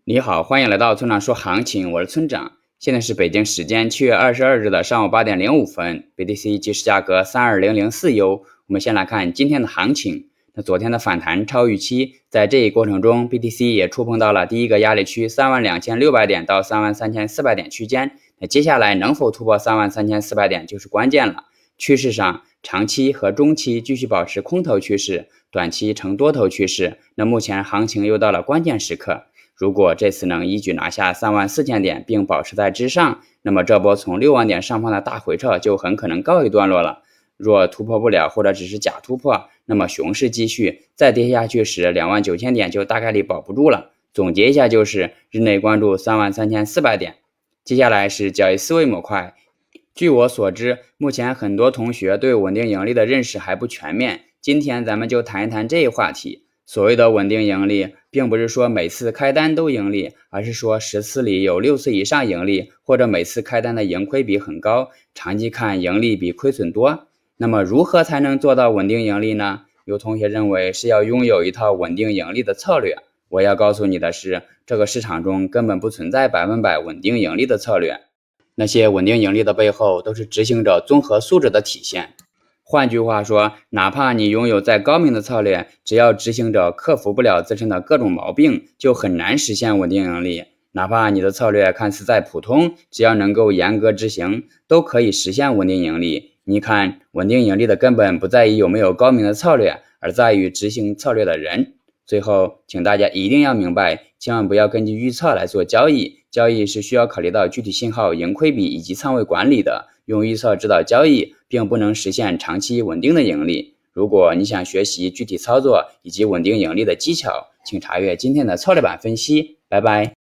你好，欢迎来到村长说行情，我是村长。现在是北京时间7月22日的上午8点05分 ，BTC 即时价格32004优。我们先来看今天的行情。那昨天的反弹超预期，在这一过程中 ，BTC 也触碰到了第一个压力区32600点到33400点区间。那接下来能否突破33400点就是关键了。趋势上，长期和中期继续保持空头趋势，短期呈多头趋势。那目前行情又到了关键时刻。如果这次能一举拿下34000点并保持在之上，那么这波从6万点上方的大回撤就很可能告一段落了。若突破不了或者只是假突破，那么熊市继续，再跌下去时29000点就大概率保不住了。总结一下就是日内关注33400点。接下来是交易思维模块。据我所知，目前很多同学对稳定盈利的认识还不全面，今天咱们就谈一谈这一话题。所谓的稳定盈利，并不是说每次开单都盈利，而是说10次里有6次以上盈利，或者每次开单的盈亏比很高，长期看盈利比亏损多。那么如何才能做到稳定盈利呢？有同学认为是要拥有一套稳定盈利的策略。我要告诉你的是，这个市场中根本不存在100%稳定盈利的策略。那些稳定盈利的背后，都是执行者综合素质的体现。换句话说，哪怕你拥有再高明的策略，只要执行者克服不了自身的各种毛病，就很难实现稳定盈利。哪怕你的策略看似再普通，只要能够严格执行，都可以实现稳定盈利。你看，稳定盈利的根本不在于有没有高明的策略，而在于执行策略的人。最后，请大家一定要明白，千万不要根据预测来做交易，交易是需要考虑到具体信号、盈亏比以及仓位管理的。用预测指导交易，并不能实现长期稳定的盈利。如果你想学习具体操作以及稳定盈利的技巧，请查阅今天的策略版分析。拜拜。